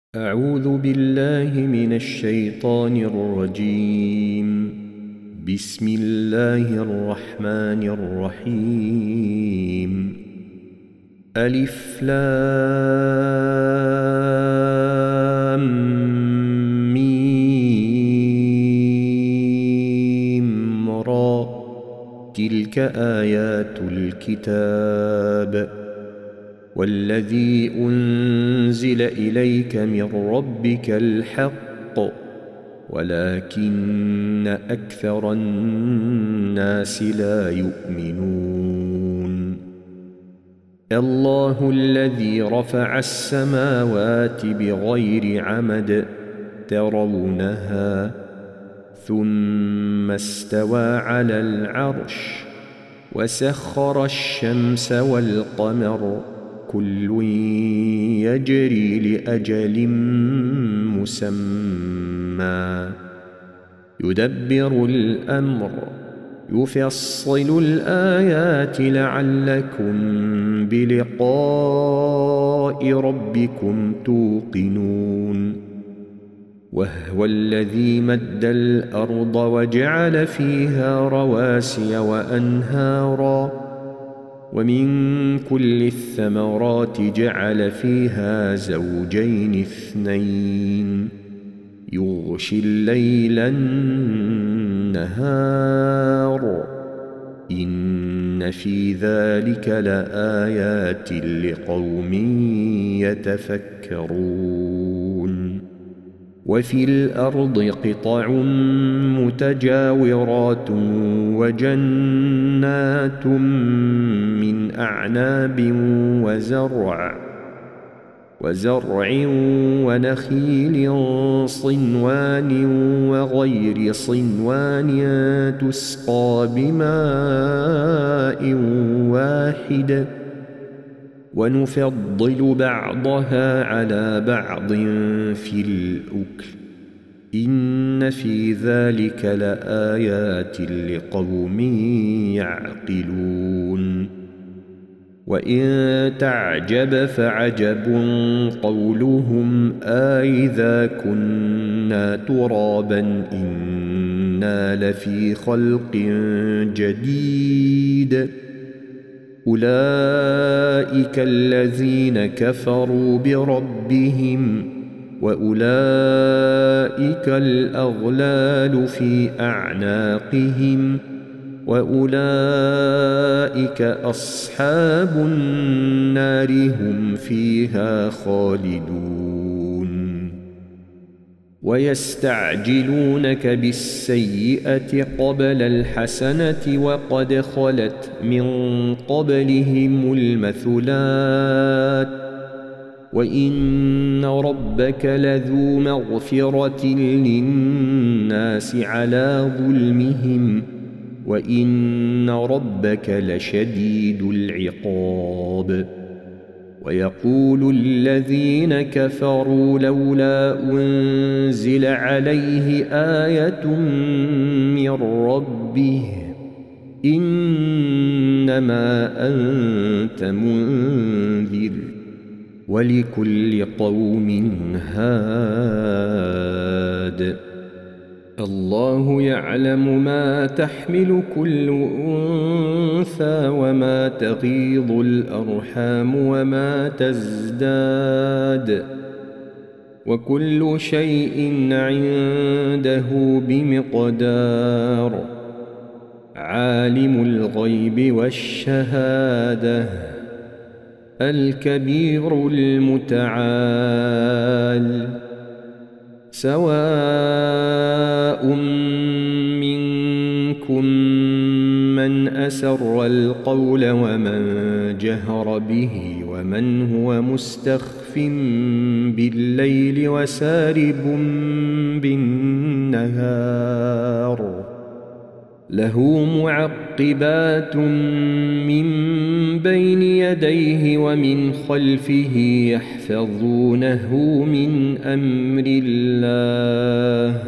أعوذ بالله من الشيطان الرجيم. بسم الله الرحمن الرحيم. ألف لام ميم را. تلك آيات الكتاب والذي أنزل إليك من ربك الحق ولكن أكثر الناس لا يؤمنون. الله الذي رفع السماوات بغير عمد ترونها ثم استوى على العرش وسخر الشمس والقمر كل يجري لأجل مسمى يدبر الأمر يفصل الآيات لعلكم بلقاء ربكم توقنون. وهو الذي مد الأرض وجعل فيها رواسي وأنهارا ومن كل الثمرات جعل فيها زوجين اثنين يغشي الليل النهار إن في ذلك لآيات لقوم يتفكرون. وفي الأرض قطع متجاورات وجنات من أعناب وزرع ونخيل صنوان وغير صنوان تسقى بماء واحد ونفضل بعضها على بعض في الأكل إن في ذلك لآيات لقوم يعقلون. وإن تعجب فعجب قولهم أإذا كنا ترابا إنا لفي خلق جديد أولئك الذين كفروا بربهم وأولئك الأغلال في أعناقهم وأولئك أصحاب النار هم فيها خالدون. ويستعجلونك بالسيئة قبل الحسنة وقد خلت من قبلهم المثلات وإن ربك لذو مغفرة للناس على ظلمهم وإن ربك لشديد العقاب. ويقول الذين كفروا لولا أنزل عليه آية من ربه إنما أنت منذر ولكل قوم هاد. الله يعلم ما تحمل كل أنثى وما تغيض الأرحام وما تزداد وكل شيء عنده بمقدار. عالم الغيب والشهادة الكبير المتعال. سواء منكم من أسر القول ومن جهر به ومن هو مستخف بالليل وسارب بالنهار له معقبات من بين يديه ومن خلفه يحفظونه من أمر الله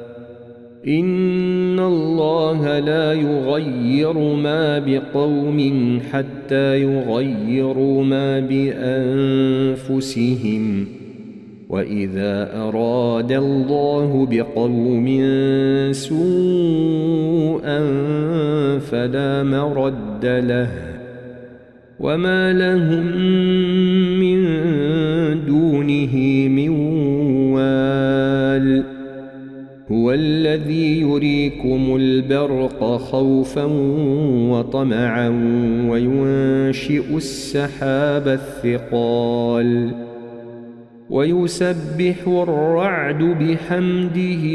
إن الله لا يغير ما بقوم حتى يغيروا ما بأنفسهم وإذا أراد الله بقوم سوءا فلا مرد له وما لهم من دونه من وال هو الذي يريكم البرق خوفا وطمعا وينشئ السحاب الثقال ويسبح الرعد بحمده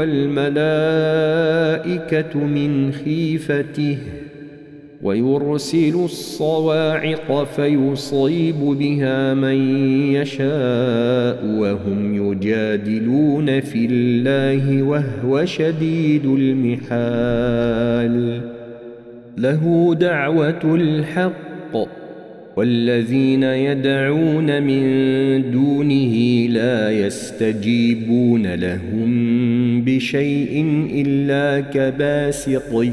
والملائكة من خيفته ويرسل الصواعق فيصيب بها من يشاء وهم يجادلون في الله وهو شديد المحال له دعوة الحق والذين يدعون من دونه لا يستجيبون لهم بشيء إلا كباسط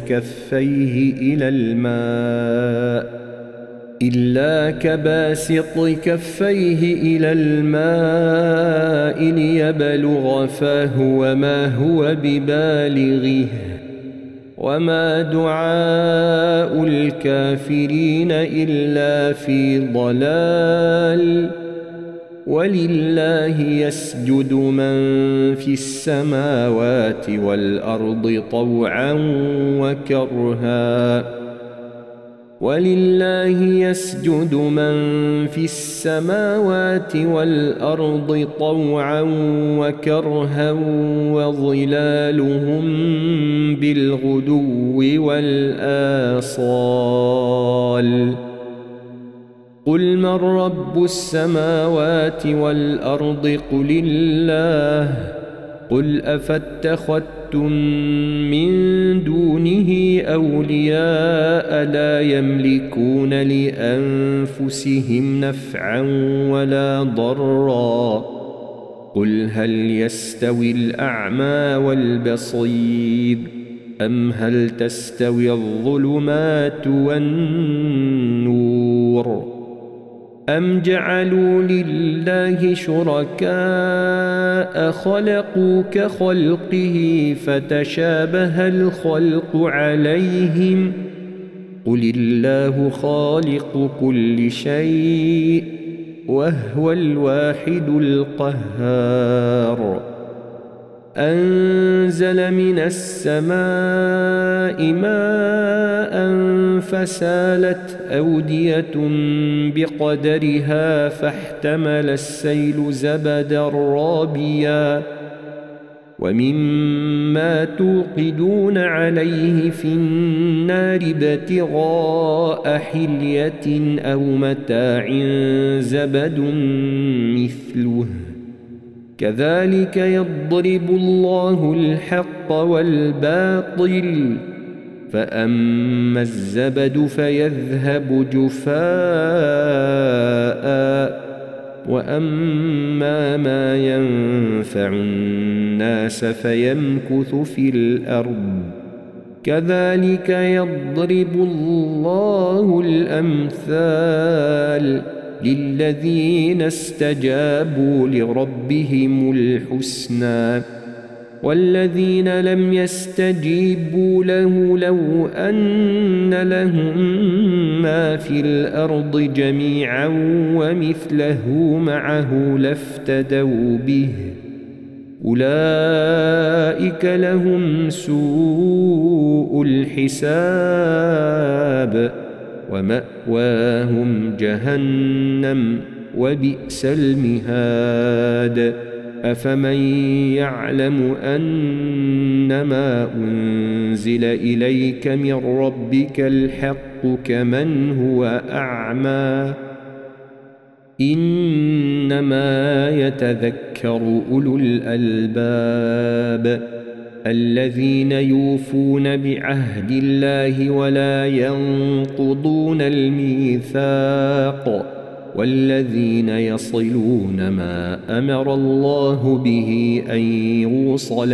كفيه إلى الماء ليبلغ فاه وما هو ببالغه وما دعاء الكافرين إلا في ضلال ولله يسجد من في السماوات والأرض طوعا وكرها وظلالهم بالغدو والآصال قل من رب السماوات والأرض قل الله قل أفاتخذتم من دونه أولياء لا يملكون لأنفسهم نفعا ولا ضرا قل هل يستوي الأعمى والبصير أم هل تستوي الظلمات والنور أم جعلوا لله شركاء خلقوا كخلقه فتشابه الخلق عليهم قل الله خالق كل شيء وهو الواحد القهار أنزل من السماء ماء فسالت أودية بقدرها فاحتمل السيل زبدا رابيا ومما توقدون عليه في النار ابتغاء حلية أو متاع زبد مثله كذلك يضرب الله الحق والباطل فأما الزبد فيذهب جفاء وأما ما ينفع الناس فيمكث في الأرض كذلك يضرب الله الأمثال للذين استجابوا لربهم الحسنى والذين لم يستجيبوا له لو أن لهم ما في الأرض جميعا ومثله معه لافتدوا به أولئك لهم سوء الحساب ومأواهم جهنم وبئس المهاد أفمن يعلم أنما أنزل إليك من ربك الحق كمن هو أعمى إنما يتذكر أولو الألباب الذين يوفون بعهد الله ولا ينقضون الميثاق والذين يصلون ما أمر الله به أن يوصل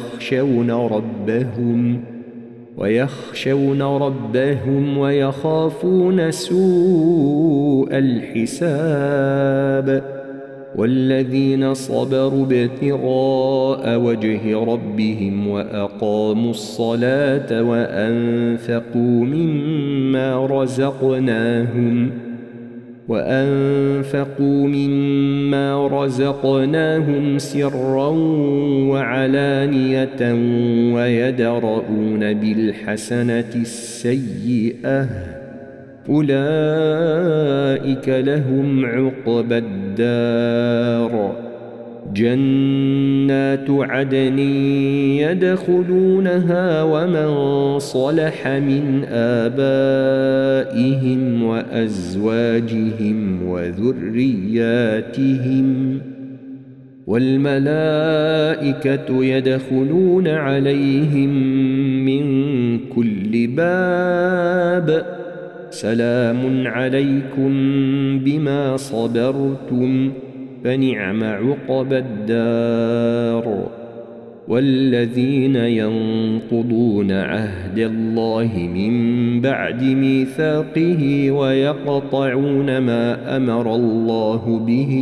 ويخشون ربهم ويخافون سوء الحساب والذين صبروا ابتغاء وجه ربهم وأقاموا الصلاة وأنفقوا مما رزقناهم سرا وعلانية ويدرؤون بالحسنة السيئة أولئك لهم عقبى الدار جنات عدن يدخلونها ومن صلح من آبائهم وأزواجهم وذرياتهم والملائكة يدخلون عليهم من كل باب سلام عليكم بما صبرتم فنعم عقبى الدار والذين ينقضون عهد الله من بعد ميثاقه ويقطعون ما أمر الله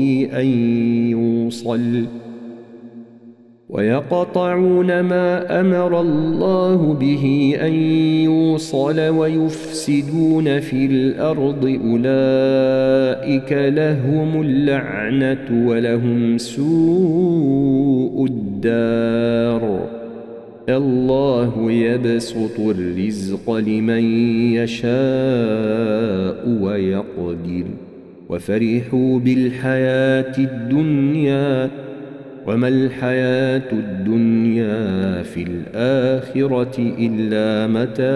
به أن يوصل ويفسدون في الأرض أولئك لهم اللعنة ولهم سوء الدار الله يبسط الرزق لمن يشاء ويقدر وفرحوا بالحياة الدنيا وما الحياة الدنيا في الآخرة إلا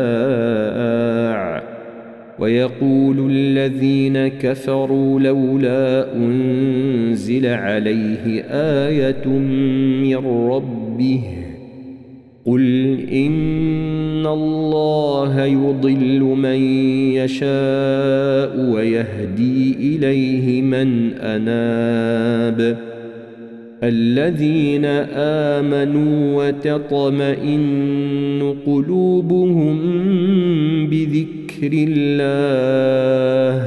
متاع ويقول الذين كفروا لولا أنزل عليه آية من ربه قل إن الله يضل من يشاء ويهدي إليه من أناب الذين آمنوا وتطمئن قلوبهم بذكر الله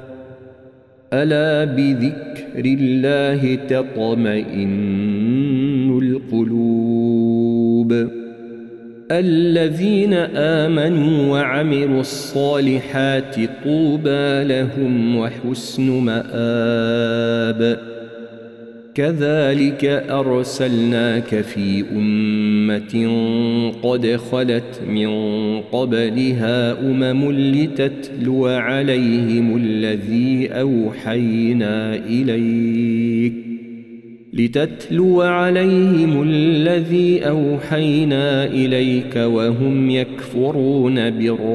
ألا بذكر الله تطمئن القلوب الذين آمنوا وعملوا الصالحات طوبى لهم وحسن مآب كذلك أرسلناك في أمة قد خلت من قبلها لتتلو عليهم الذي أوحينا إليك وهم يكفرون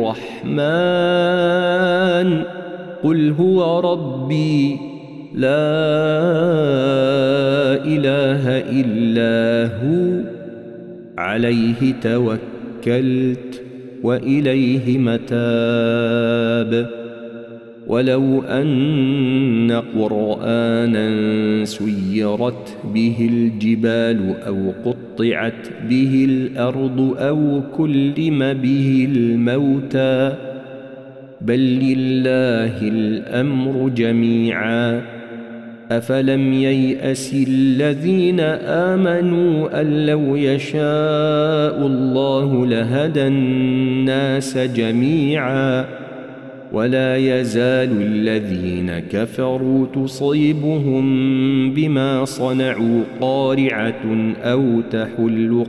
بالرحمن قل هو ربي لا إله إلا هو عليه توكلت وإليه متاب ولو أن قرآنا سيرت به الجبال أو قطعت به الأرض أو كلم به الموتى بل لله الأمر جميعا أفلم ييأس الذين آمنوا أن لو يشاء الله لهدى الناس جميعا ولا يزال الذين كفروا تصيبهم بما صنعوا قارعة أو تحل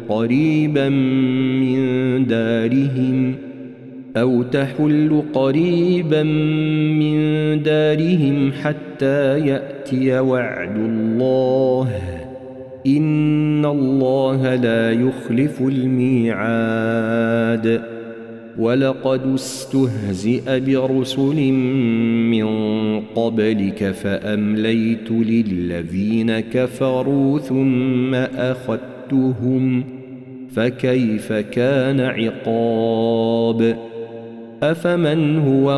قريبا من دارهم حتى يأتي وعد الله إن الله لا يخلف الميعاد ولقد استهزئ برسل من قبلك فأمليت للذين كفروا ثم أخذتهم فكيف كان عقاب أفمن هو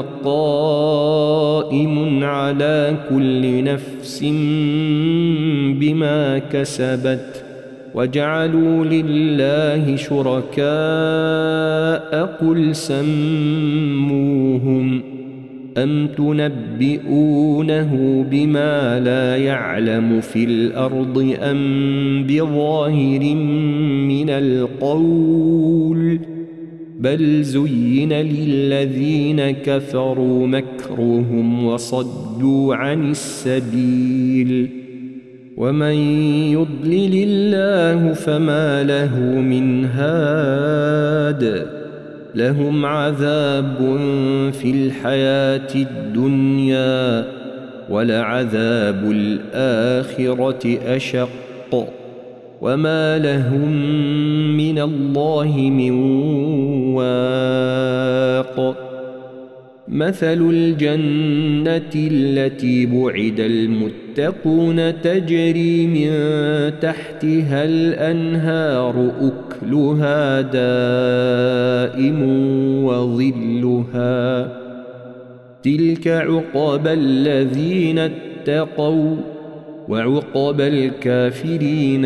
قائم على كل نفس بما كسبت وجعلوا لله شركاء قل سموهم أم تنبئونه بما لا يعلم في الأرض أم بظاهر من القول بل زين للذين كفروا مكرهم وصدوا عن السبيل ومن يضلل الله فما له من هاد لهم عذاب في الحياة الدنيا ولعذاب الآخرة أشق وما لهم من الله من واق مثل الجنة التي بعد المتقون تجري من تحتها الأنهار أكلها دائم وظلها تلك عقبى الذين اتقوا وعقبى الكافرين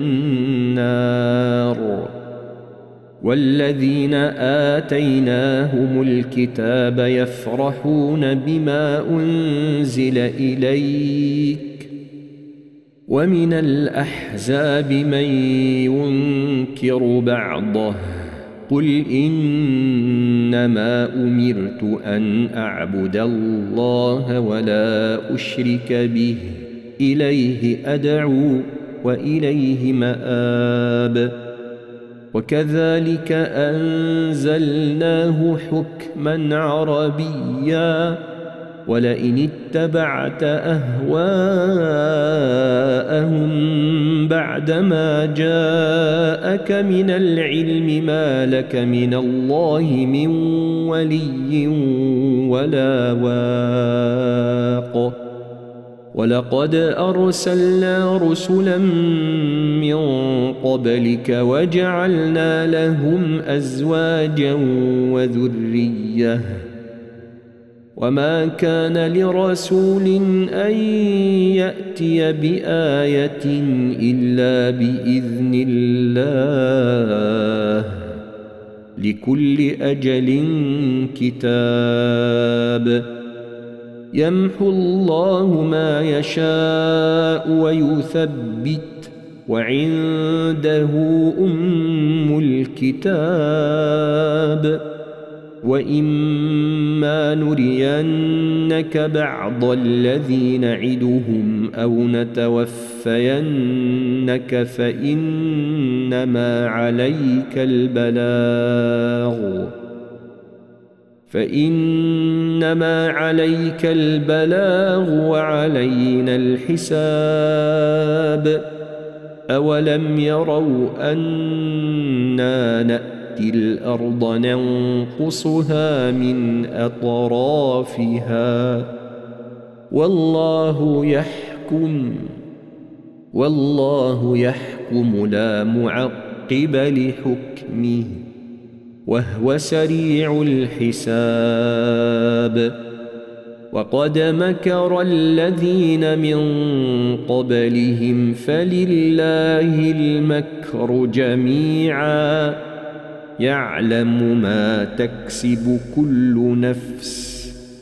النار والذين آتيناهم الكتاب يفرحون بما أنزل إليك ومن الأحزاب من ينكر بعضه قل إنما أمرت أن أعبد الله ولا أشرك به إليه أدعو وإليه مآب وكذلك أنزلناه حكما عربيا ولئن اتبعت أهواءهم بعدما جاءك من العلم ما لك من الله من ولي ولا واق ولقد أرسلنا رسلا من قبلك وجعلنا لهم أزواجا وذرية وما كان لرسول أن يأتي بآية إلا بإذن الله لكل أجل كتاب يمحو الله ما يشاء ويثبت وعنده أم الكتاب وإما نرينك بعض الذي نعدهم أو نتوفينك فإنما عليك البلاغ وعلينا الحساب أولم يروا أنا نأتي الأرض ننقصها من أطرافها والله يحكم لا معقب لحكمه وهو سريع الحساب وقد مكر الذين من قبلهم فلله المكر جميعا يعلم ما تكسب كل نفس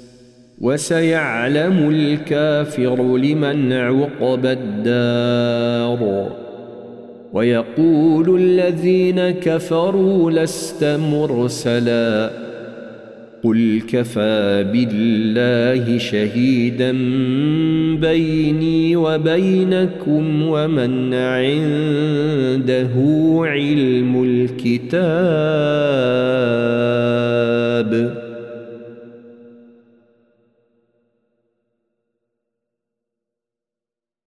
وسيعلم الكافر لمن عقبى الدار ويقول الذين كفروا لست مرسلا قل كفى بالله شهيدا بيني وبينكم ومن عنده علم الكتاب